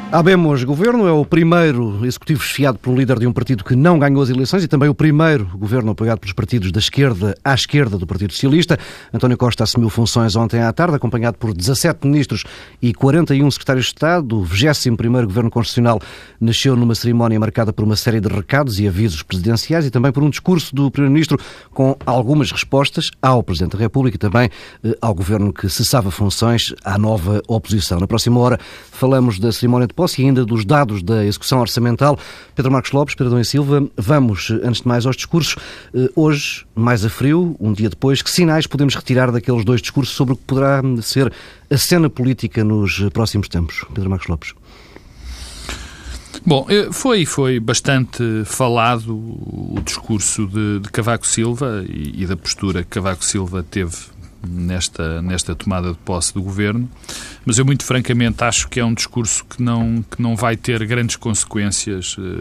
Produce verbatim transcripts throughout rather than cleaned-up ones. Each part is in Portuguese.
Habemos Governo é o primeiro executivo chefiado pelo líder de um partido que não ganhou as eleições e também o primeiro governo apoiado pelos partidos da esquerda à esquerda do Partido Socialista. António Costa assumiu funções ontem à tarde, acompanhado por dezassete ministros e quarenta e um secretários de Estado. O vigésimo primeiro Governo Constitucional nasceu numa cerimónia marcada por uma série de recados e avisos presidenciais e também por um discurso do Primeiro-Ministro com algumas respostas ao Presidente da República e também eh, ao Governo que cessava funções, à nova oposição. Na próxima hora falamos da cerimónia de posse e ainda dos dados da execução orçamental. Pedro Marcos Lopes, Pedro Adão e Silva, vamos, antes de mais, aos discursos. Hoje, mais a frio, um dia depois, que sinais podemos retirar daqueles dois discursos sobre o que poderá ser a cena política nos próximos tempos? Pedro Marcos Lopes. Bom, foi, foi bastante falado o discurso de, de Cavaco Silva e, e da postura que Cavaco Silva teve nesta, nesta tomada de posse do Governo, mas eu muito francamente acho que é um discurso que não, que não vai ter grandes consequências uh,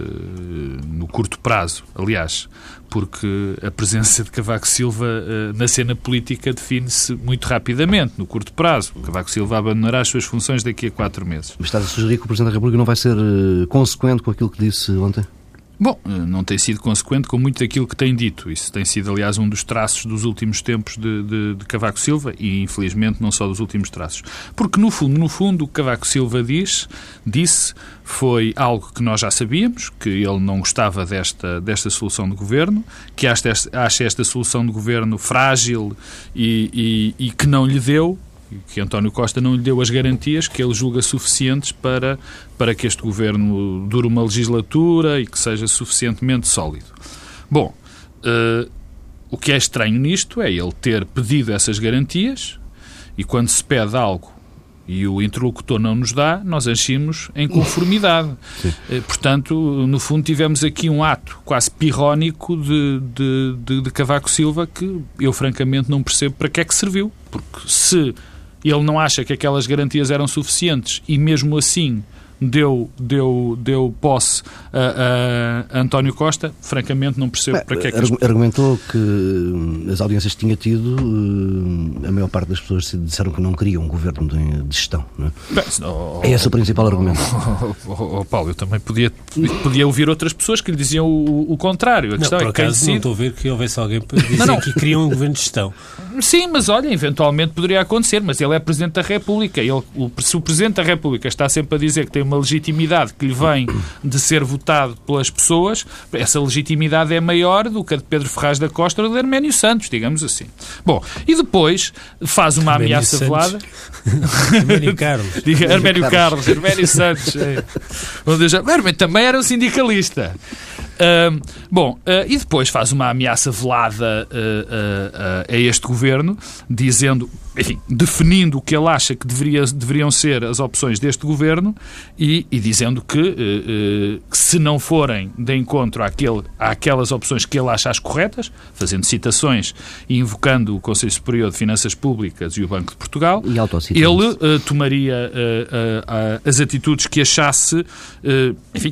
no curto prazo, aliás, porque a presença de Cavaco Silva uh, na cena política define-se muito rapidamente, no curto prazo. Cavaco Silva abandonará as suas funções daqui a quatro meses. Mas estás a sugerir que o Presidente da República não vai ser uh, consequente com aquilo que disse ontem? Bom, não tem sido consequente com muito daquilo que tem dito. Isso tem sido, aliás, um dos traços dos últimos tempos de, de, de Cavaco Silva e, infelizmente, não só dos últimos traços. Porque, no fundo, no fundo, o que Cavaco Silva diz, disse foi algo que nós já sabíamos, que ele não gostava desta, desta solução de governo, que acha esta, acha esta solução de governo frágil e, e, e que não lhe deu, que António Costa não lhe deu as garantias que ele julga suficientes para, para que este governo dure uma legislatura e que seja suficientemente sólido. Bom, uh, o que é estranho nisto é ele ter pedido essas garantias e quando se pede algo e o interlocutor não nos dá, nós agimos em conformidade. Uh, portanto, no fundo, tivemos aqui um ato quase pirrónico de, de, de, de Cavaco Silva que eu, francamente, não percebo para que é que serviu. Porque se ele não acha que aquelas garantias eram suficientes e mesmo assim deu, deu, deu posse a, a, a António Costa, francamente não percebo Bem, para que é que... Argu- argumentou que as audiências que tinha tido, a maior parte das pessoas disseram que não queriam um governo de, de gestão, não é? Bem, oh, é esse o principal oh, argumento. Oh, oh, oh, Paulo, eu também podia, podia ouvir outras pessoas que lhe diziam o, o contrário. A não, questão por é que acaso quem não estou a ver que houvesse alguém para dizer não, não. que queriam um governo de gestão. Sim, mas olha, eventualmente poderia acontecer, mas ele é Presidente da República. Ele, o, se o Presidente da República está sempre a dizer que tem uma legitimidade que lhe vem de ser votado pelas pessoas, essa legitimidade é maior do que a de Pedro Ferraz da Costa ou de Herménio Santos, digamos assim. Bom, e depois faz uma Herménio ameaça Santos. velada. Herménio Carlos. Diga, Herménio Carlos, Carlos Herménio Santos. É. Herménio também era um sindicalista. Uh, bom, uh, e depois faz uma ameaça velada uh, uh, uh, a este governo, dizendo, enfim, definindo o que ele acha que deveria, deveriam ser as opções deste governo e, e dizendo que, uh, uh, que se não forem de encontro àquele, àquelas opções que ele acha as corretas, fazendo citações e invocando o Conselho Superior de Finanças Públicas e o Banco de Portugal, ele uh, tomaria uh, uh, uh, as atitudes que achasse, uh, enfim,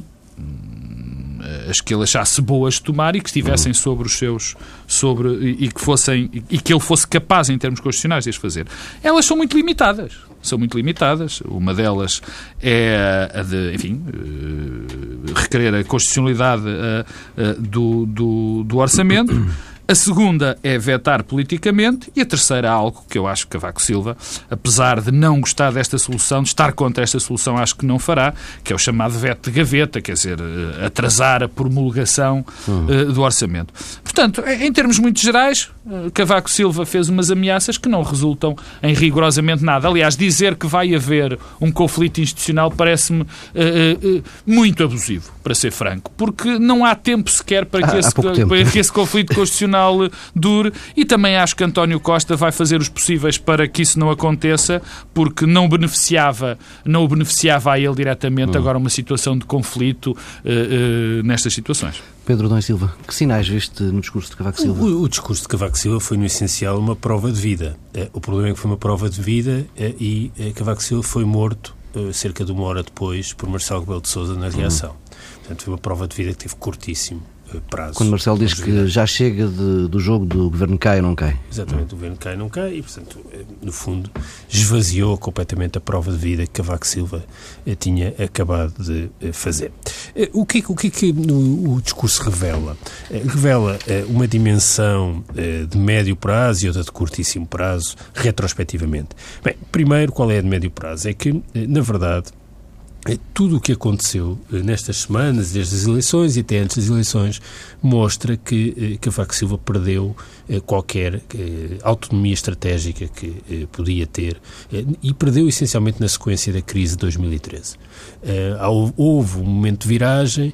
as que ele achasse boas de tomar e que estivessem sobre os seus sobre e que fossem e que ele fosse capaz em termos constitucionais de as fazer. Elas são muito limitadas, são muito limitadas. Uma delas é a de, enfim, requerer a constitucionalidade do, do, do orçamento. A segunda é vetar politicamente e a terceira é algo que eu acho que Cavaco Silva, apesar de não gostar desta solução, de estar contra esta solução, acho que não fará, que é o chamado veto de gaveta, quer dizer, atrasar a promulgação uhum. uh, do orçamento. Portanto, em termos muito gerais, uh, Cavaco Silva fez umas ameaças que não resultam em rigorosamente nada. Aliás, dizer que vai haver um conflito institucional parece-me uh, uh, muito abusivo, para ser franco, porque não há tempo sequer para que, ah, esse, para que esse conflito constitucional dure e também acho que António Costa vai fazer os possíveis para que isso não aconteça, porque não beneficiava, não o beneficiava a ele diretamente hum. agora uma situação de conflito uh, uh, nestas situações. Pedro Adão e Silva, que sinais viste no discurso de Cavaco Silva? O, o discurso de Cavaco Silva foi, no essencial, uma prova de vida. O problema é que foi uma prova de vida e Cavaco Silva foi morto cerca de uma hora depois por Marcelo Rebelo de Sousa na reação. Hum. Portanto, foi uma prova de vida que teve curtíssimo. prazo. Quando Marcelo diz que já chega de, do jogo do governo cai ou não cai. Exatamente, o governo cai ou não cai e, portanto, no fundo, esvaziou completamente a prova de vida que Cavaco Silva tinha acabado de fazer. O que, o que é que o, o discurso revela? Revela uma dimensão de médio prazo e outra de curtíssimo prazo, retrospectivamente. Bem, primeiro, qual é a de médio prazo? É que, na verdade, tudo o que aconteceu nestas semanas, desde as eleições e até antes das eleições, mostra que Cavaco Silva perdeu qualquer autonomia estratégica que podia ter e perdeu essencialmente na sequência da crise de dois mil e treze. Houve um momento de viragem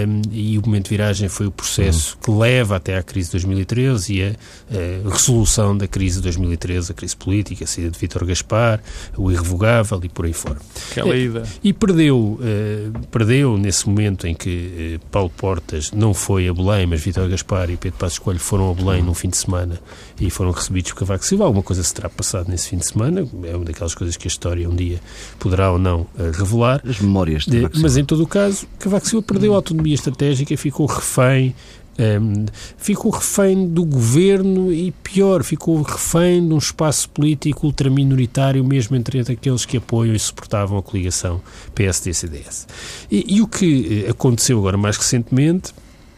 e o momento de viragem foi o processo que leva até à crise de dois mil e treze e a resolução da crise de dois mil e treze, a crise política, a saída de Vítor Gaspar, o irrevogável e por aí fora. Aquela ida. E perdeu, perdeu nesse momento em que Paulo Portas não foi a Belém, mas Vítor Gaspar e Pedro Passos Coelho foram a Belém num fim de semana e foram recebidos por Cavaco Silva. Alguma coisa se terá passado nesse fim de semana, é uma daquelas coisas que a história um dia poderá ou não revelar. As memórias de Cavaco Silva. Mas em todo o caso, Cavaco Silva perdeu a autonomia estratégica e ficou refém Um, ficou refém do governo e, pior, ficou refém de um espaço político ultraminoritário, mesmo entre aqueles que apoiam e suportavam a coligação P S D C D S. E, e o que aconteceu agora mais recentemente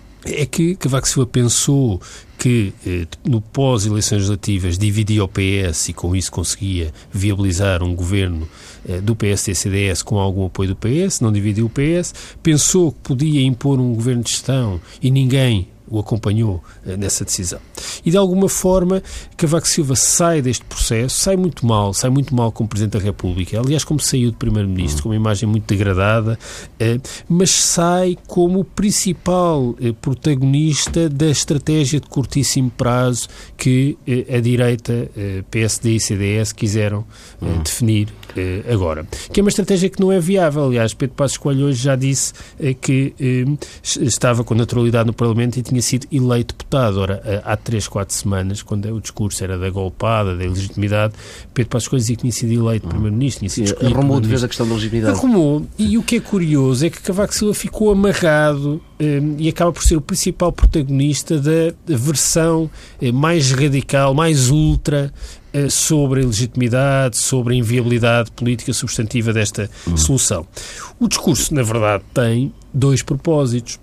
é que Cavaco Silva pensou que eh, no pós-eleições legislativas dividia o P S e com isso conseguia viabilizar um governo eh, do P S D C D S com algum apoio do P S, não dividiu o P S, pensou que podia impor um governo de gestão e ninguém o acompanhou eh, nessa decisão. E, de alguma forma, Cavaco Silva sai deste processo, sai muito mal, sai muito mal como Presidente da República, aliás, como saiu de Primeiro-Ministro, com uma imagem muito degradada, eh, mas sai como o principal eh, protagonista da estratégia de curtíssimo prazo que eh, a direita, eh, P S D e C D S, quiseram eh, uhum. definir eh, agora. Que é uma estratégia que não é viável. Aliás, Pedro Passos Coelho hoje já disse eh, que eh, estava com naturalidade no Parlamento e tinha sido eleito deputado. Ora, há três, quatro semanas, quando o discurso era da golpada, da ilegitimidade, Pedro Passos Coelho dizia que tinha sido eleito primeiro-ministro, tinha sido escolhido. Arrumou de vez a questão da legitimidade. Arrumou. E o que é curioso é que Cavaco Silva ficou amarrado um, e acaba por ser o principal protagonista da versão um, mais radical, mais ultra, uh, sobre a ilegitimidade, sobre a inviabilidade política substantiva desta uhum. solução. O discurso, na verdade, tem dois propósitos.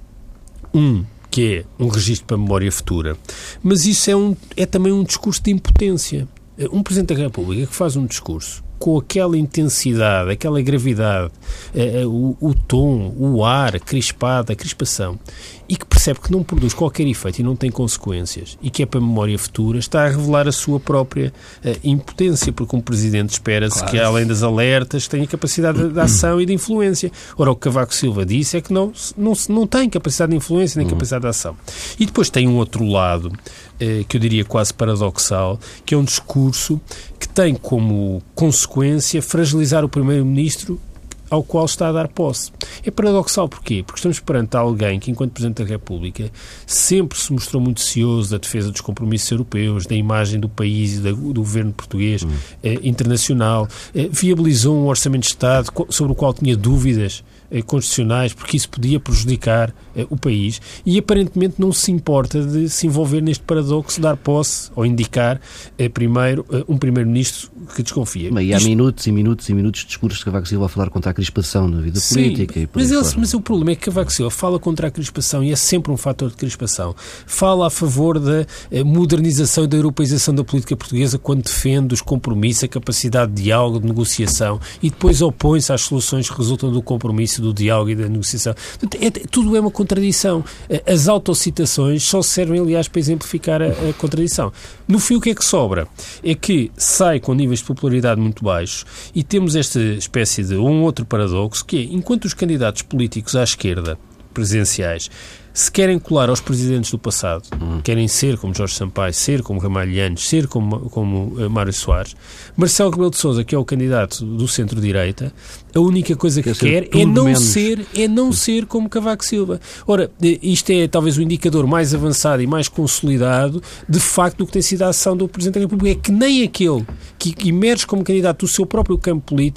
Um, que é um registro para a memória futura. Mas isso é, um, é também um discurso de impotência. Um Presidente da República que faz um discurso com aquela intensidade, aquela gravidade, eh, o, o tom, o ar crispado, a crispação, e que percebe que não produz qualquer efeito e não tem consequências, e que é para a memória futura, está a revelar a sua própria eh, impotência, porque um Presidente espera-se claro. que, além das alertas, tenha capacidade de, de ação e de influência. Ora, o que Cavaco Silva disse é que não, não, não tem capacidade de influência nem uhum. capacidade de ação. E depois tem um outro lado, eh, que eu diria quase paradoxal, que é um discurso que tem como consequência fragilizar o Primeiro-Ministro ao qual está a dar posse. É paradoxal porquê? Porque estamos perante alguém que, enquanto Presidente da República, sempre se mostrou muito cioso da defesa dos compromissos europeus, da imagem do país e do governo português hum. eh, internacional, eh, viabilizou um orçamento de Estado sobre o qual tinha dúvidas eh, constitucionais, porque isso podia prejudicar eh, o país, e aparentemente não se importa de se envolver neste paradoxo, dar posse ou indicar eh, primeiro eh, um Primeiro-Ministro que desconfia. Mas e há Isto... minutos e minutos e minutos de discursos de Cavaco Silva a falar contra a crispação na vida Sim, política. E por mas, aí ele, fora. mas o problema é que Cavaco Silva fala contra a crispação e é sempre um fator de crispação. Fala a favor da eh, modernização e da europeização da política portuguesa quando defende os compromissos, a capacidade de diálogo, de negociação, e depois opõe-se às soluções que resultam do compromisso, do diálogo e da negociação. É, tudo é uma contradição. As autocitações só servem, aliás, para exemplificar a, a contradição. No fim, o que é que sobra? É que sai com níveis de popularidade muito baixos e temos esta espécie de um outro paradoxo, que é, enquanto os candidatos políticos à esquerda, presidenciais, se querem colar aos presidentes do passado, hum. querem ser como Jorge Sampaio, ser como Ramalhianos, ser como, como uh, Mário Soares, Marcelo Rebelo de Sousa, que é o candidato do centro-direita, a única coisa que quer, quer é não, ser, é não ser como Cavaco Silva. Ora, isto é talvez o indicador mais avançado e mais consolidado, de facto, do que tem sido a ação do Presidente da República, é que nem aquele que emerge como candidato do seu próprio campo político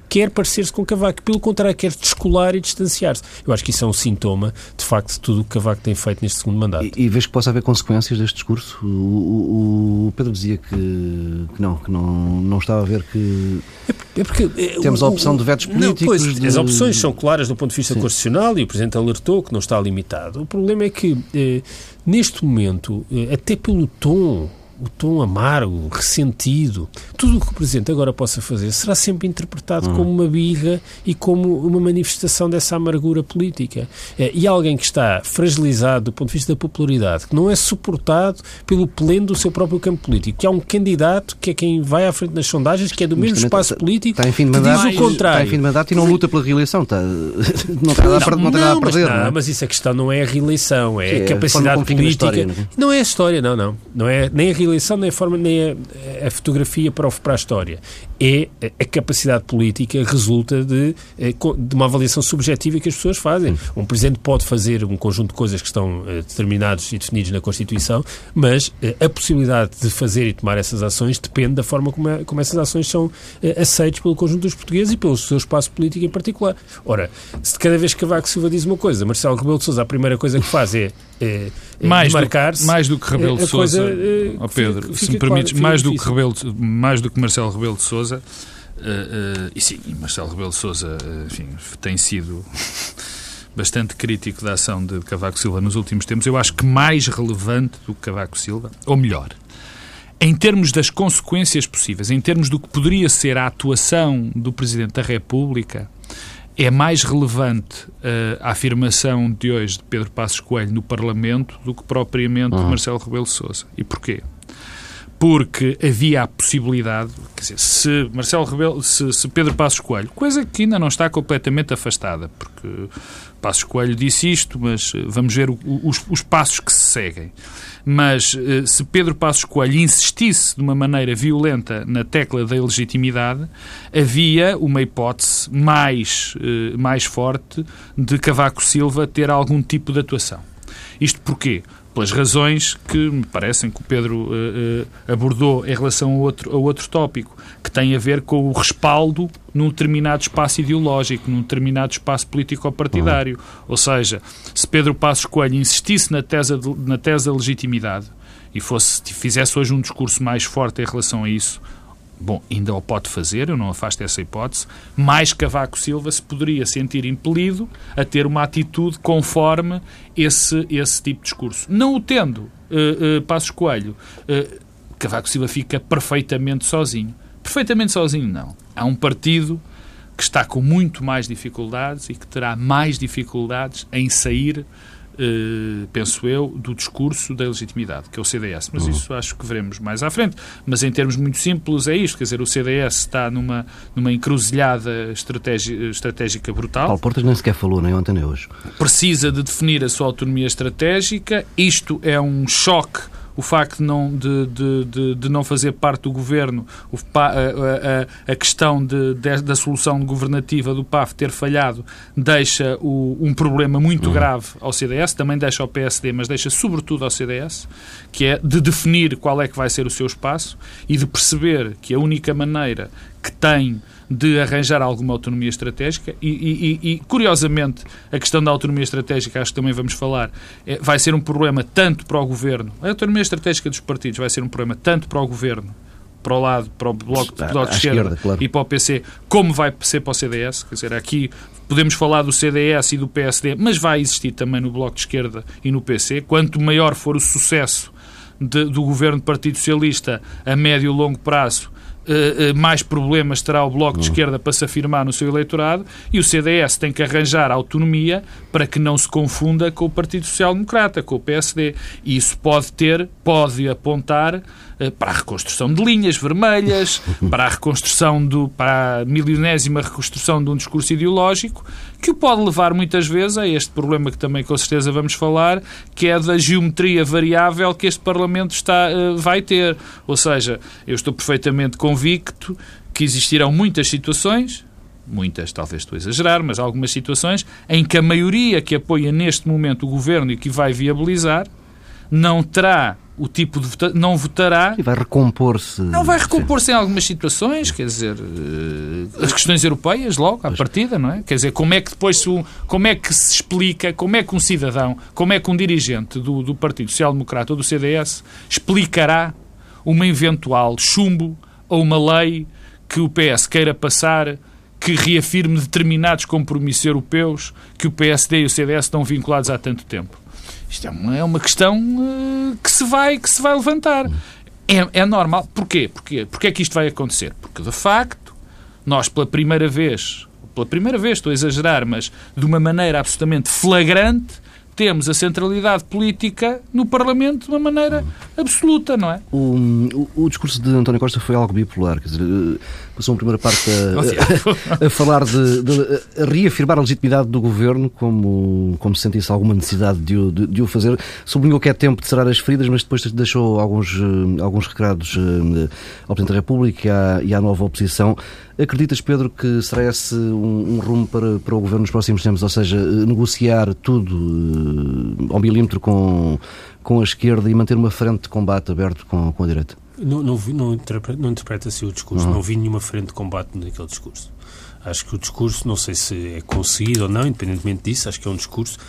quer parecer-se com Cavaco, pelo contrário, quer descolar e distanciar-se. Eu acho que isso é um sintoma, de facto, de tudo o que Cavaco tem feito neste segundo mandato. E, e vês que possa haver consequências deste discurso? O, o, o Pedro dizia que, que não, que não, não estava a ver que... É porque, temos o, a opção o, de vetos não, políticos... Pois, de... As opções são claras do ponto de vista Sim. constitucional e o Presidente alertou que não está limitado. O problema é que, eh, neste momento, eh, até pelo tom... o tom amargo, ressentido, tudo o que o Presidente agora possa fazer será sempre interpretado hum. como uma birra e como uma manifestação dessa amargura política. E alguém que está fragilizado do ponto de vista da popularidade, que não é suportado pelo pleno do seu próprio campo político, que há um candidato que é quem vai à frente nas sondagens, que é do mesmo espaço político, está em fim de que mandato, diz o contrário. Está em fim de mandato e não luta pela reeleição. Está, não tem nada, não, não tem nada a perder. Mas, não, não é? mas isso a questão não é a reeleição, é Sim, a capacidade é a política. História, não, é? não é a história, não, não. Não é nem a reeleição, nem a forma, nem a, a fotografia para, o, para a história. É a capacidade política resulta de, de uma avaliação subjetiva que as pessoas fazem. Um Presidente pode fazer um conjunto de coisas que estão determinados e definidos na Constituição, mas a possibilidade de fazer e tomar essas ações depende da forma como, é, como essas ações são aceitas pelo conjunto dos portugueses e pelo seu espaço político em particular. Ora, se cada vez que Cavaco Silva diz uma coisa, Marcelo Rebelo de Sousa, a primeira coisa que faz é, é, é mais marcar-se... Do, mais do que Rebelo de Sousa, é, oh Pedro, fica, se fica me permites, claro, mais, do difícil. que Rebelo, mais do que Marcelo Rebelo de Sousa, uh, uh, e sim, Marcelo Rebelo de Sousa, uh, enfim, tem sido bastante crítico da ação de Cavaco Silva nos últimos tempos. Eu acho que mais relevante do que Cavaco Silva, ou melhor, em termos das consequências possíveis, em termos do que poderia ser a atuação do Presidente da República, é mais relevante uh, a afirmação de hoje de Pedro Passos Coelho no Parlamento do que propriamente uhum. Marcelo Rebelo de Sousa. E porquê? Porque havia a possibilidade, quer dizer, se Marcelo Rebelo, se, se Pedro Passos Coelho, coisa que ainda não está completamente afastada, porque Passos Coelho disse isto, mas vamos ver o, os, os passos que se seguem. Mas se Pedro Passos Coelho insistisse de uma maneira violenta na tecla da ilegitimidade, havia uma hipótese mais, mais forte de Cavaco Silva ter algum tipo de atuação. Isto porquê? Pelas razões que me parecem que o Pedro uh, uh, abordou em relação a outro, a outro tópico, que tem a ver com o respaldo num determinado espaço ideológico, num determinado espaço político-partidário. Uhum. Ou seja, se Pedro Passos Coelho insistisse na tese, de, na tese da legitimidade e fosse, fizesse hoje um discurso mais forte em relação a isso, bom, ainda o pode fazer, eu não afasto essa hipótese, mais Cavaco Silva se poderia sentir impelido a ter uma atitude conforme esse, esse tipo de discurso. Não o tendo, uh, uh, Passos Coelho, uh, Cavaco Silva fica perfeitamente sozinho. Perfeitamente sozinho, não. Há um partido que está com muito mais dificuldades e que terá mais dificuldades em sair, Uh, penso eu, do discurso da legitimidade, que é o C D S. Mas uhum. isso acho que veremos mais à frente. Mas em termos muito simples é isto, quer dizer, o C D S está numa, numa encruzilhada estratégica, estratégica brutal. Paulo Portas nem sequer falou, nem ontem nem hoje. Precisa de definir a sua autonomia estratégica. Isto é um choque. O facto de não, de, de, de, de não fazer parte do governo, o, a, a, a questão de, de, da solução governativa do P A F ter falhado, deixa o, um problema muito uhum. grave ao C D S, também deixa ao P S D, mas deixa sobretudo ao C D S, que é de definir qual é que vai ser o seu espaço e de perceber que a única maneira que tem de arranjar alguma autonomia estratégica e, e, e, curiosamente, a questão da autonomia estratégica, acho que também vamos falar, é, vai ser um problema tanto para o Governo, a autonomia estratégica dos partidos vai ser um problema tanto para o Governo, para o lado, para o Bloco, para o bloco de Esquerda, esquerda claro. E para o P C, como vai ser para o C D S, quer dizer, aqui podemos falar do C D S e do P S D, mas vai existir também no Bloco de Esquerda e no P C, quanto maior for o sucesso de, do Governo do Partido Socialista a médio e longo prazo, Uh, uh, mais problemas terá o Bloco de Esquerda para se afirmar no seu eleitorado e o C D S tem que arranjar autonomia para que não se confunda com o Partido Social Democrata, com o P S D. E isso pode ter, pode apontar uh, para a reconstrução de linhas vermelhas, para a reconstrução, do, para a milionésima reconstrução de um discurso ideológico que o pode levar muitas vezes a este problema que também com certeza vamos falar, que é da geometria variável que este Parlamento está, uh, vai ter. Ou seja, eu estou perfeitamente convicto convicto que existirão muitas situações, muitas, talvez estou a exagerar, mas algumas situações, em que a maioria que apoia neste momento o Governo e que vai viabilizar, não terá o tipo de votação, não votará... E vai recompor-se... Não, vai recompor-se em algumas situações, quer dizer, as questões europeias, logo, à partida, não é? Quer dizer, como é que depois, como é que se explica, como é que um cidadão, como é que um dirigente do, do Partido Social Democrata ou do C D S explicará uma eventual chumbo ou uma lei que o P S queira passar, que reafirme determinados compromissos europeus que o P S D e o C D S estão vinculados há tanto tempo. Isto é uma, é uma questão uh, que, se vai, que se vai levantar. É, é normal. Porquê? Porquê? Porquê é que isto vai acontecer? Porque, de facto, nós, pela primeira vez, pela primeira vez, estou a exagerar, mas de uma maneira absolutamente flagrante, temos a centralidade política no Parlamento de uma maneira absoluta, não é? O, o, o discurso de António Costa foi algo bipolar, quer dizer, passou a primeira parte a, a, a falar de, de a reafirmar a legitimidade do Governo, como, como se sentisse alguma necessidade de o, de, de o fazer. Sublinhou que é tempo de sarar as feridas, mas depois deixou alguns, alguns recados ao Presidente da República e à, e à nova oposição. Acreditas, Pedro, que será esse um, um rumo para, para o Governo nos próximos tempos, ou seja, negociar tudo uh, ao milímetro com, com a esquerda e manter uma frente de combate aberto com, com a direita? Não, não, não, interpreta, não interpreta-se o discurso, uhum. Não vi nenhuma frente de combate naquele discurso. Acho que o discurso, não sei se é conseguido ou não, independentemente disso, acho que é um discurso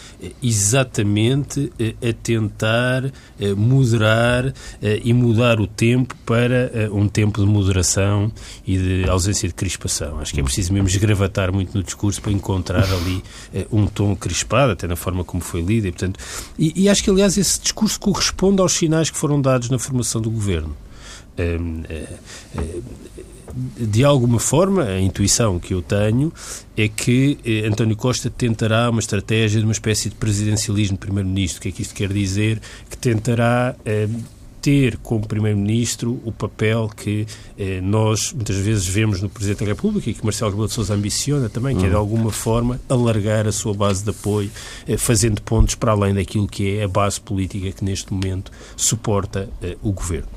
exatamente a tentar moderar e mudar o tempo para um tempo de moderação e de ausência de crispação. Acho que é preciso mesmo esgravatar muito no discurso para encontrar ali um tom crispado, até na forma como foi lido. E, portanto, e, e acho que, aliás, esse discurso corresponde aos sinais que foram dados na formação do Governo. Um, uh, uh, de alguma forma, a intuição que eu tenho é que eh, António Costa tentará uma estratégia de uma espécie de presidencialismo de Primeiro-Ministro. O que é que isto quer dizer? Que tentará eh, ter como Primeiro-Ministro o papel que eh, nós muitas vezes vemos no Presidente da República e que Marcelo Rebelo de Sousa ambiciona também, que é de alguma forma alargar a sua base de apoio, eh, fazendo pontos para além daquilo que é a base política que neste momento suporta eh, o Governo.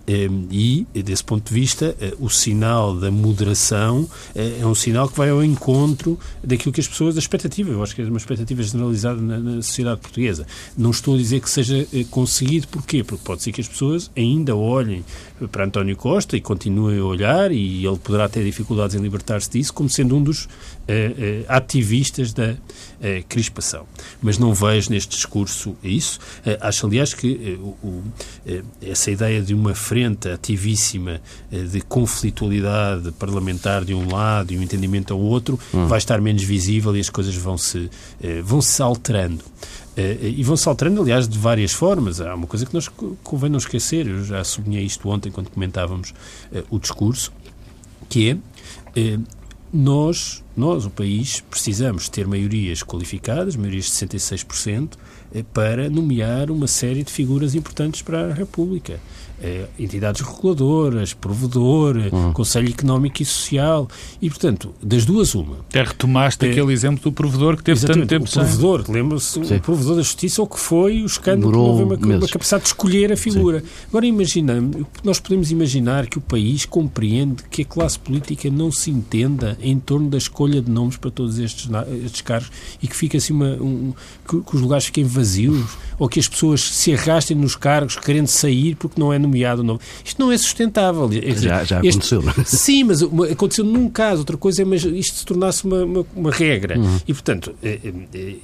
E, desse ponto de vista, o sinal da moderação é um sinal que vai ao encontro daquilo que as pessoas, da expectativa, eu acho que é uma expectativa generalizada na, na sociedade portuguesa. Não estou a dizer que seja conseguido. Porquê? Porque pode ser que as pessoas ainda olhem para António Costa e continuem a olhar, e ele poderá ter dificuldades em libertar-se disso, como sendo um dos uh, uh, ativistas da uh, crispação. Mas não vejo neste discurso isso. Uh, acho, aliás, que uh, uh, uh, essa ideia de uma frente ativíssima uh, de conflitualidade parlamentar de um lado e um entendimento ao outro hum. vai estar menos visível e as coisas vão-se uh, vão-se alterando. Uh, e vão-se alterando, aliás, de várias formas. Há uma coisa que nós convém não esquecer, eu já sublinhei isto ontem quando comentávamos uh, o discurso, que é, uh, nós, nós, o país, precisamos ter maiorias qualificadas, maiorias de sessenta e seis por cento, uh, para nomear uma série de figuras importantes para a República. Eh, entidades reguladoras, provedor, uhum. Conselho Económico e Social, e, portanto, das duas uma. Até retomaste é, aquele exemplo do provedor que teve tanto tempo o provedor, sem... lembra-se, o provedor da Justiça, o que foi o escândalo que não houve uma, uma capacidade de escolher a figura. Sim. Agora, imaginamos, nós podemos imaginar que o país compreende que a classe política não se entenda em torno da escolha de nomes para todos estes, estes cargos e que fique assim uma, um, que, que os lugares fiquem vazios ou que as pessoas se arrastem nos cargos querendo sair porque não é nomeado o nome. Isto não é sustentável. Já, já este, aconteceu. Sim, mas aconteceu num caso. Outra coisa é mas isto se tornasse uma, uma, uma regra. Uhum. E, portanto, eh, eh,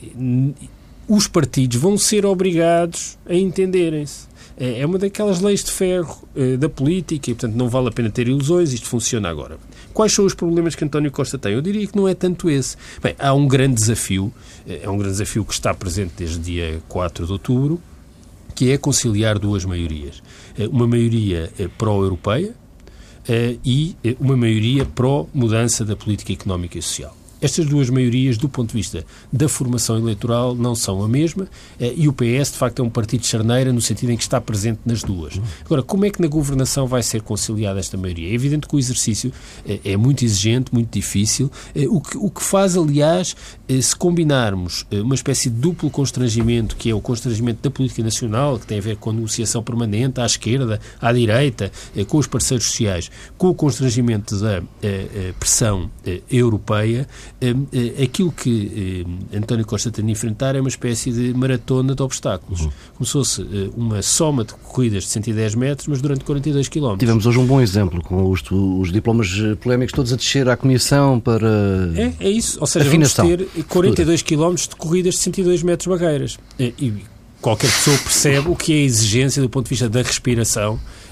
os partidos vão ser obrigados a entenderem-se. É uma daquelas leis de ferro eh, da política e, portanto, não vale a pena ter ilusões. Isto funciona agora. Quais são os problemas que António Costa tem? Eu diria que não é tanto esse. Bem, há um grande desafio, é um grande desafio que está presente desde dia quatro de outubro, que é conciliar duas maiorias. Uma maioria pró-europeia e uma maioria pró-mudança da política económica e social. Estas duas maiorias, do ponto de vista da formação eleitoral, não são a mesma e o P S, de facto, é um partido de charneira no sentido em que está presente nas duas. Agora, como é que na governação vai ser conciliada esta maioria? É evidente que o exercício é muito exigente, muito difícil, o que, o que faz, aliás, se combinarmos uma espécie de duplo constrangimento, que é o constrangimento da política nacional, que tem a ver com a negociação permanente à esquerda, à direita, com os parceiros sociais, com o constrangimento da pressão europeia, Aquilo que António Costa tem de enfrentar é uma espécie de maratona de obstáculos. Uhum. Como se fosse uma soma de corridas de cento e dez metros, mas durante quarenta e dois quilómetros. Tivemos hoje um bom exemplo, com os, os diplomas polémicos todos a descer à Comissão para É, é isso. Ou seja, afinação vamos ter quarenta e dois quilómetros de corridas de cento e dois metros barreiras. E qualquer pessoa percebe o que é a exigência do ponto de vista da respiração,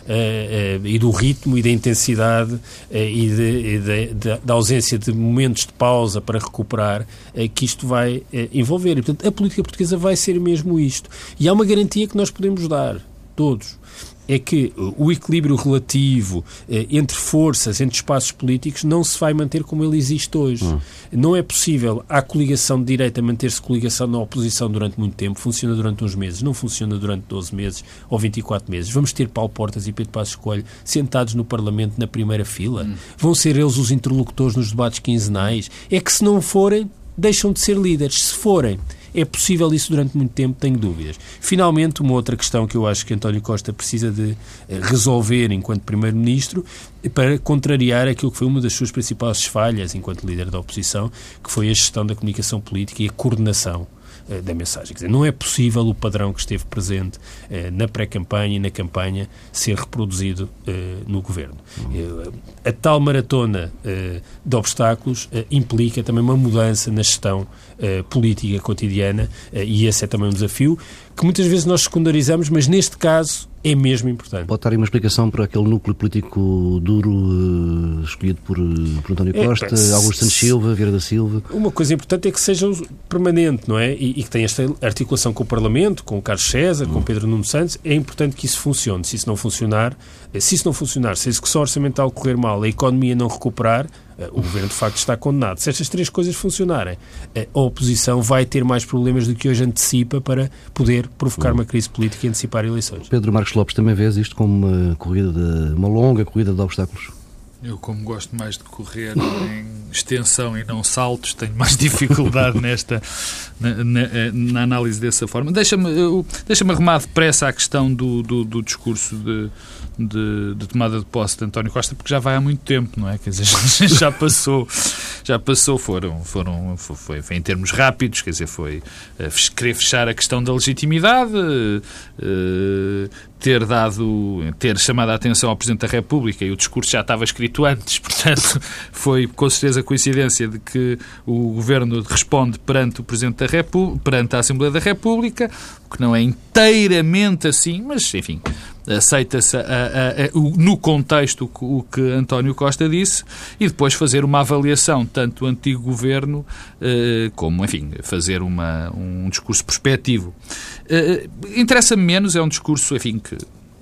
Uh, uh, e do ritmo e da intensidade uh, e, de, e de, de, da ausência de momentos de pausa para recuperar uh, que isto vai uh, envolver. E, portanto, a política portuguesa vai ser mesmo isto. E há uma garantia que nós podemos dar, todos, é que o equilíbrio relativo eh, entre forças, entre espaços políticos, não se vai manter como ele existe hoje. Hum. Não é possível a coligação de direita manter-se coligação na oposição durante muito tempo. Funciona durante uns meses, não funciona durante doze meses ou vinte e quatro meses. Vamos ter Paulo Portas e Pedro Passos Coelho sentados no Parlamento na primeira fila? Hum. Vão ser eles os interlocutores nos debates quinzenais? É que se não forem, deixam de ser líderes. Se forem, é possível isso durante muito tempo, tenho dúvidas. Finalmente, uma outra questão que eu acho que António Costa precisa de resolver enquanto Primeiro-Ministro para contrariar aquilo que foi uma das suas principais falhas enquanto líder da oposição, que foi a gestão da comunicação política e a coordenação da mensagem. Quer dizer, não é possível o padrão que esteve presente eh, na pré-campanha e na campanha ser reproduzido eh, no Governo. Eh, a tal maratona eh, de obstáculos eh, implica também uma mudança na gestão eh, política cotidiana eh, e esse é também um desafio que muitas vezes nós secundarizamos, mas neste caso é mesmo importante. Pode dar aí uma explicação para aquele núcleo político duro uh, escolhido por, uh, por António Costa, é, Augusto Santos Silva, Vieira da Silva? Uma coisa importante é que seja permanente, não é? E, e que tenha esta articulação com o Parlamento, com o Carlos César, hum. com o Pedro Nuno Santos. É importante que isso funcione. Se isso não funcionar, se isso não funcionar, se a execução orçamental correr mal, a economia não recuperar, o Governo de facto está condenado. Se estas três coisas funcionarem, a oposição vai ter mais problemas do que hoje antecipa para poder provocar uma crise política e antecipar eleições. Pedro Marcos Lopes, também vês isto como uma corrida de, uma longa corrida de obstáculos? Eu, como gosto mais de correr em extensão e não saltos, tenho mais dificuldade nesta na, na, na análise dessa forma. Deixa-me deixa-me arrumar depressa a questão do, do, do discurso de, de, de tomada de posse de António Costa, porque já vai há muito tempo, não é? Quer dizer, já passou, já passou, foram, foram, foi, foi em termos rápidos, quer dizer, foi uh, querer fechar a questão da legitimidade, uh, ter dado, ter chamado a atenção ao Presidente da República, e o discurso já estava escrito antes, portanto, foi com certeza coincidência de que o Governo responde perante o Presidente da República, perante a Assembleia da República, o que não é inteiramente assim, mas, enfim, aceita-se a, a, a, o, no contexto o, o que António Costa disse, e depois fazer uma avaliação tanto do antigo Governo eh, como, enfim, fazer uma, um discurso prospectivo. Eh, interessa-me menos, é um discurso, enfim, que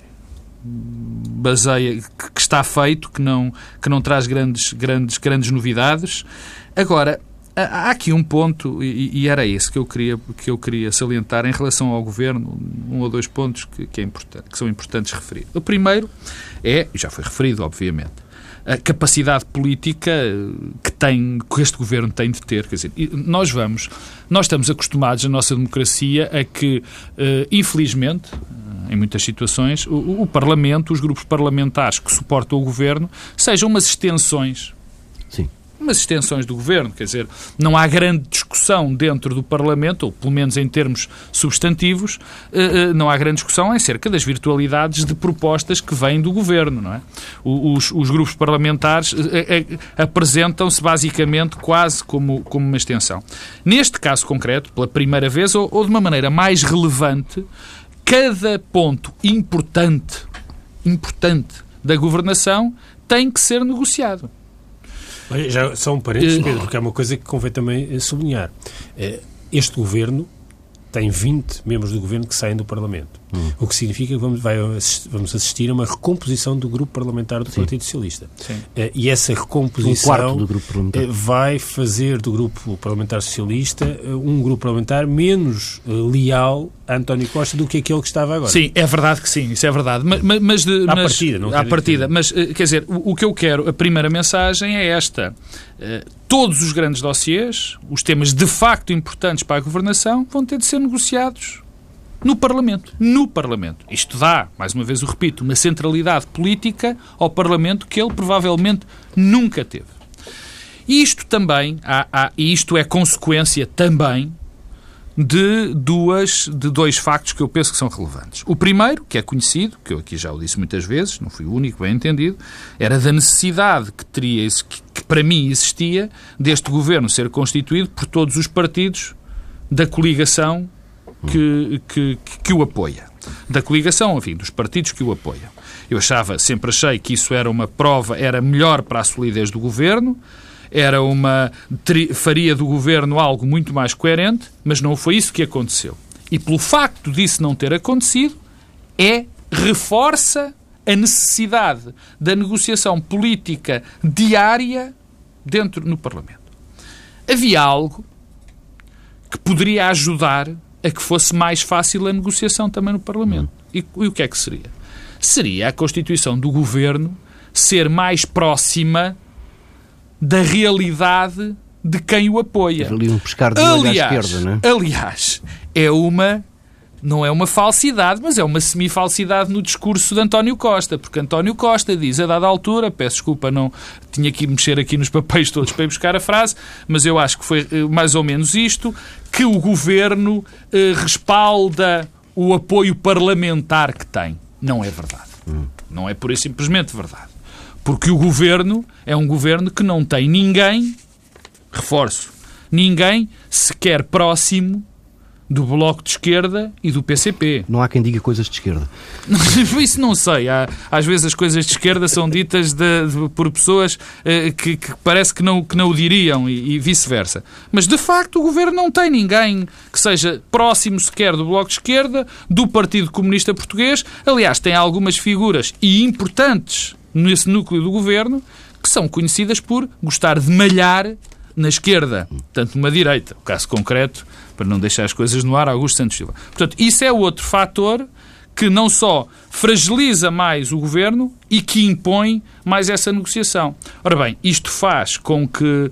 baseia, que, que está feito, que não, que não traz grandes, grandes, grandes novidades. Agora, há aqui um ponto, e, e era esse que eu, queria, que eu queria salientar em relação ao Governo, um ou dois pontos que, que, é importante, que são importantes referir. O primeiro é, e já foi referido, obviamente, a capacidade política que, tem, que este Governo tem de ter. Quer dizer, nós vamos, nós estamos acostumados na nossa democracia a que, infelizmente, em muitas situações, o, o Parlamento, os grupos parlamentares que suportam o Governo, sejam umas extensões. Sim. Umas extensões do Governo, quer dizer, não há grande discussão dentro do Parlamento, ou pelo menos em termos substantivos, não há grande discussão acerca das virtualidades de propostas que vêm do Governo, não é? Os, os grupos parlamentares apresentam-se basicamente quase como, como uma extensão. Neste caso concreto, pela primeira vez, ou, ou de uma maneira mais relevante, cada ponto importante, importante da governação tem que ser negociado. Já só um parênteses, Pedro, porque é uma coisa que convém também sublinhar. Este Governo tem vinte membros do Governo que saem do Parlamento. Hum. O que significa que vamos, vai, vamos assistir a uma recomposição do grupo parlamentar do Sim. Partido Socialista. Sim. E essa recomposição um do grupo parlamentar. vai fazer do grupo parlamentar socialista um grupo parlamentar menos leal a António Costa do que aquele que estava agora. Sim, é verdade que sim, isso é verdade. Mas, mas de, à mas, partida, não à partida. Mas, quer dizer, o, o que eu quero, a primeira mensagem é esta. Uh, todos os grandes dossiês, os temas de facto importantes para a governação, vão ter de ser negociados no Parlamento. No Parlamento. Isto dá, mais uma vez o repito, uma centralidade política ao Parlamento que ele provavelmente nunca teve. E isto também, há, há, e isto é consequência também de, duas, de dois factos que eu penso que são relevantes. O primeiro, que é conhecido, que eu aqui já o disse muitas vezes, não fui o único, bem entendido, era da necessidade que teria, que, que para mim existia, deste governo ser constituído por todos os partidos da coligação que, que, que o apoia. Da coligação, enfim, dos partidos que o apoiam. Eu achava, sempre achei que isso era uma prova, era melhor para a solidez do governo, era uma, faria do governo algo muito mais coerente, mas não foi isso que aconteceu. E pelo facto disso não ter acontecido, é, reforça a necessidade da negociação política diária dentro no Parlamento. Havia algo que poderia ajudar a que fosse mais fácil a negociação também no Parlamento. E, e o que é que seria? Seria a constituição do governo ser mais próxima da realidade de quem o apoia. Ali um pescar de olho à esquerda, não é? Aliás, é uma, não é uma falsidade, mas é uma semifalsidade no discurso de António Costa, porque António Costa diz, a dada altura, peço desculpa, não tinha que mexer aqui nos papéis todos para ir buscar a frase, mas eu acho que foi mais ou menos isto, que o governo eh, respalda o apoio parlamentar que tem. Não é verdade. Hum. Não é pura e simplesmente verdade. Porque o governo é um governo que não tem ninguém, reforço, ninguém sequer próximo do Bloco de Esquerda e do P C P. Não há quem diga coisas de esquerda. Isso não sei. Há, às vezes as coisas de esquerda são ditas de, de, por pessoas eh, que, que parece que não, que não o diriam e, e vice-versa. Mas, de facto, o governo não tem ninguém que seja próximo sequer do Bloco de Esquerda, do Partido Comunista Português. Aliás, tem algumas figuras e importantes nesse núcleo do governo que são conhecidas por gostar de malhar na esquerda, tanto numa direita. O caso concreto, para não deixar as coisas no ar, Augusto Santos Silva. Portanto, isso é outro fator que não só fragiliza mais o governo e que impõe mais essa negociação. Ora bem, isto faz com que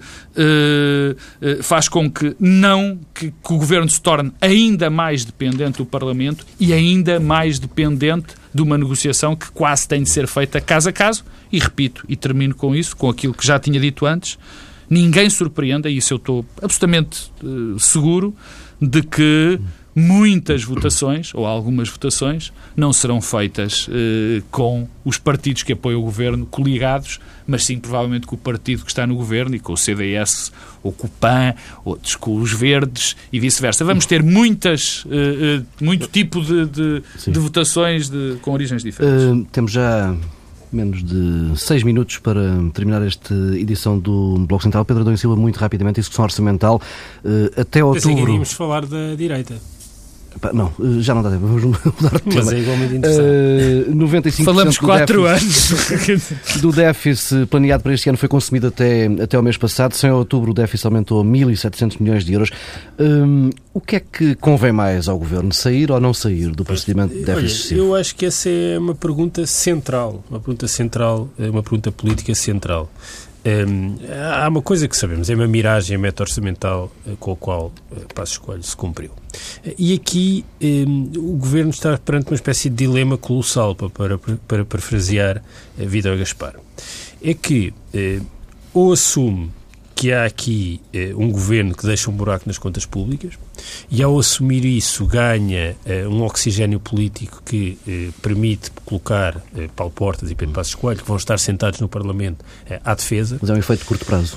uh, uh, faz com que não que, que o governo se torne ainda mais dependente do Parlamento e ainda mais dependente de uma negociação que quase tem de ser feita caso a caso. E repito, e termino com isso, com aquilo que já tinha dito antes, ninguém surpreenda, e isso eu estou absolutamente uh, seguro, de que muitas votações, ou algumas votações, não serão feitas uh, com os partidos que apoiam o governo coligados, mas sim provavelmente com o partido que está no governo e com o C D S, ou com o P A N, outros com os Verdes e vice-versa. Vamos ter muitas, uh, uh, muito tipo de, de, de votações de, com origens diferentes. Uh, temos já menos de seis minutos para terminar esta edição do Bloco Central. Pedro Adão e Silva, muito rapidamente, discussão orçamental. Uh, até outubro... Pensei que iríamos falar da direita. Não, já não dá tempo, vamos mudar de tema. Mas é igualmente interessante. Uh, noventa e cinco por cento Falamos quatro anos. Do déficit planeado para este ano foi consumido até, até o mês passado. Em outubro o déficit aumentou a mil e setecentos milhões de euros. Um, o que é que convém mais ao Governo? Sair ou não sair do procedimento de déficit excessivo? Eu acho que essa é uma pergunta central. Uma pergunta central, uma pergunta política central. Um, há uma coisa que sabemos, é uma miragem, a meta orçamental com a qual uh, Passos Coelho se cumpriu. E aqui um, o Governo está perante uma espécie de dilema colossal, para, para, para parafrasear a Vítor Gaspar. É que uh, ou assume que há aqui uh, um Governo que deixa um buraco nas contas públicas e, ao assumir isso, ganha uh, um oxigénio político que uh, permite colocar uh, Paulo Portas e Pedro Passos Coelho, que vão estar sentados no Parlamento, uh, à defesa. Mas é um efeito de curto prazo.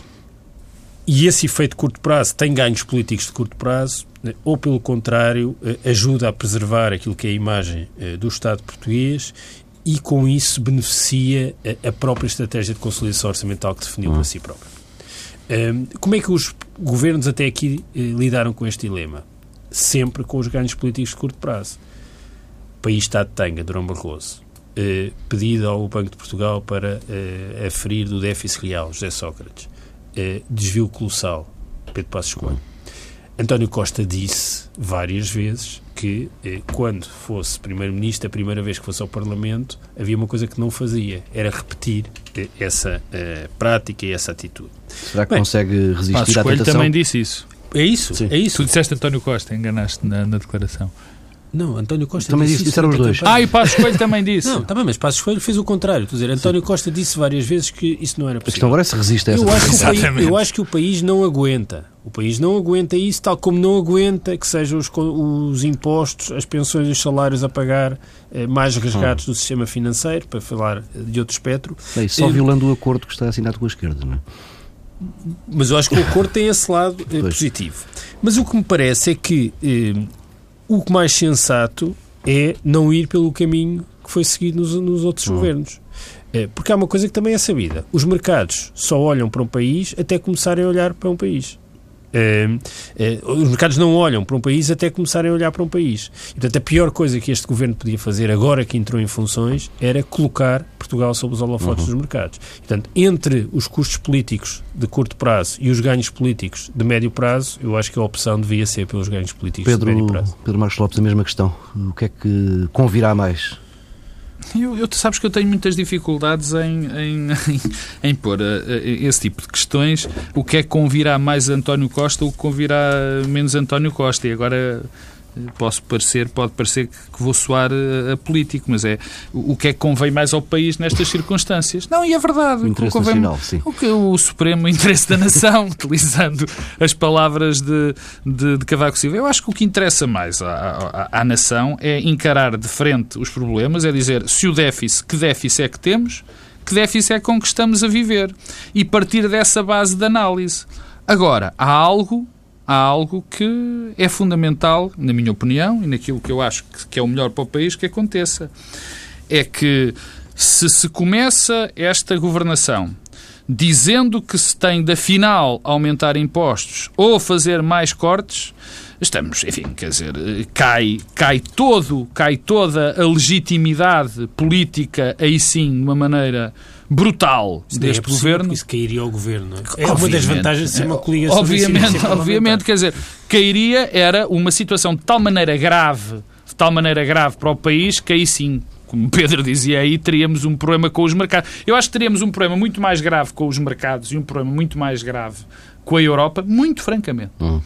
E esse efeito de curto prazo tem ganhos políticos de curto prazo, uh, ou, pelo contrário, uh, ajuda a preservar aquilo que é a imagem uh, do Estado português e, com isso, beneficia uh, a própria estratégia de consolidação orçamental que definiu uhum. para si próprio. Um, como é que os governos até aqui eh, lidaram com este dilema? Sempre com os ganhos políticos de curto prazo. O país está de tanga, Durão Barroso. Eh, pedido ao Banco de Portugal para eh, aferir do déficit real, José Sócrates. Eh, desvio colossal, Pedro Passos Coelho. António Costa disse várias vezes que, eh, quando fosse Primeiro-Ministro, a primeira vez que fosse ao Parlamento, havia uma coisa que não fazia, era repetir eh, essa eh, prática e essa atitude. Será que Bem, consegue resistir Passos à Coelho tentação? também disse isso. É isso, Sim. é isso. Tu disseste António Costa, enganaste na, na declaração. Não, António Costa também disse disse, disseram os dois. Ah, e Passos Coelho também disse. Não, está bem, mas Passos Coelho fez o contrário. Estou a dizer, António Sim. Costa disse várias vezes que isso não era A possível. questão agora é se resiste a essa eu acho, que o país, Exatamente. eu acho que o país não aguenta. O país não aguenta isso, tal como não aguenta que sejam os, os impostos, as pensões e os salários a pagar eh, mais resgates hum. do sistema financeiro, para falar de outro espectro. Bem, só violando o acordo que está assinado com a esquerda, não é? Mas eu acho que o acordo tem esse lado eh, positivo. Mas o que me parece é que eh, o que mais sensato é não ir pelo caminho que foi seguido nos, nos outros hum. governos. Eh, porque há uma coisa que também é sabida. Os mercados só olham para um país até começarem a olhar para um país. Uh, uh, os mercados não olham para um país até começarem a olhar para um país. E, portanto, a pior coisa que este governo podia fazer agora que entrou em funções era colocar Portugal sob os holofotes uhum. dos mercados. E, portanto, entre os custos políticos de curto prazo e os ganhos políticos de médio prazo, eu acho que a opção devia ser pelos ganhos políticos Pedro, de médio prazo. Pedro Marcos Lopes, a mesma questão. O que é que convirá mais? Eu, eu, tu sabes que eu tenho muitas dificuldades em, em, em, em pôr uh, esse tipo de questões. O que é que convirá mais António Costa, o que convirá menos António Costa? E agora posso parecer, pode parecer que vou soar a, a político, mas é o, o que é que convém mais ao país nestas circunstâncias? Não, e é verdade. O interesse o convém, nacional, sim. O, que, o supremo interesse da nação, utilizando as palavras de, de, de Cavaco Silva. Eu acho que o que interessa mais à, à, à nação é encarar de frente os problemas, é dizer, se o déficit, que déficit é que temos, que déficit é com que estamos a viver, e partir dessa base de análise. Agora, há algo Há algo que é fundamental, na minha opinião, e naquilo que eu acho que é o melhor para o país que aconteça. É que se se começa esta governação dizendo que se tem de afinal aumentar impostos ou fazer mais cortes, estamos, enfim, quer dizer, cai, cai, todo, cai toda a legitimidade política, aí sim, de uma maneira brutal isso deste é possível, governo. Isso cairia ao governo, não é? É uma das vantagens de ser uma coligação. Obviamente, obviamente, quer dizer, cairia, era uma situação de tal maneira grave, de tal maneira grave para o país, que aí sim, como Pedro dizia aí, teríamos um problema com os mercados. Eu acho que teríamos um problema muito mais grave com os mercados e um problema muito mais grave com a Europa, muito francamente. Uhum.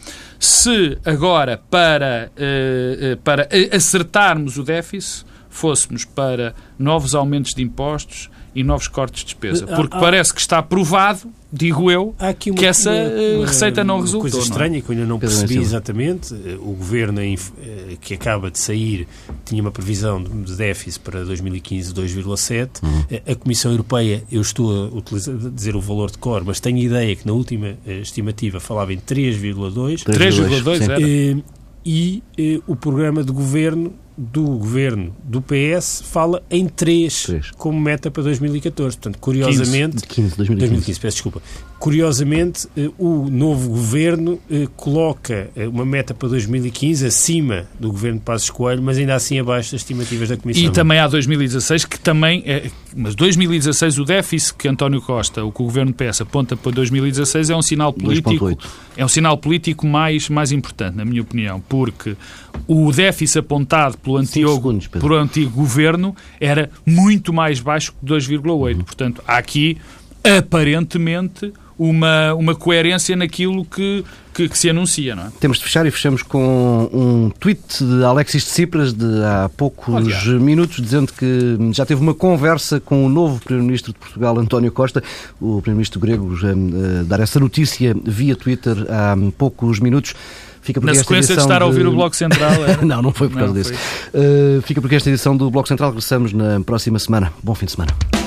Se agora, para, uh, uh, para acertarmos o déficit, fôssemos para novos aumentos de impostos e novos cortes de despesa. Porque ah, ah, parece que está provado, digo eu, uma, que essa uma, uma, receita não resultou. Uma coisa estranha não? que eu ainda não percebi exatamente. O governo que acaba de sair tinha uma previsão de déficit para dois mil e quinze de dois vírgula sete. Uhum. A Comissão Europeia, eu estou a, utilizar, a dizer o valor de cor, mas tenho ideia que na última estimativa falava em três vírgula dois. três vírgula dois era. E, e, e o programa de governo do governo do P S fala em três como meta para dois mil e catorze. Portanto, curiosamente... quinze, dois mil e quinze. dois mil e quinze, peço desculpa. Curiosamente, o novo governo coloca uma meta para dois mil e quinze acima do governo de Passos Coelho, mas ainda assim abaixo das estimativas da Comissão. E também há dois mil e dezasseis, que também é... Mas dois mil e dezasseis, o déficit que António Costa, o que o governo do P S aponta para dois mil e dezasseis, é um sinal político... É um sinal político mais, mais importante, na minha opinião, porque o déficit apontado pelo antigo, segundos, pelo antigo governo era muito mais baixo que dois vírgula oito. Uhum. Portanto, há aqui, aparentemente, uma, uma coerência naquilo que, que, que se anuncia, não é? Temos de fechar e fechamos com um tweet de Alexis Tsipras de há poucos Olha. minutos, dizendo que já teve uma conversa com o novo Primeiro-Ministro de Portugal, António Costa. O Primeiro-Ministro grego já uh, dar essa notícia via Twitter há poucos minutos. Fica Na sequência de estar de... a ouvir o Bloco Central. Era? Não, não foi por causa não, disso. Uh, fica porque esta edição do Bloco Central regressamos na próxima semana. Bom fim de semana.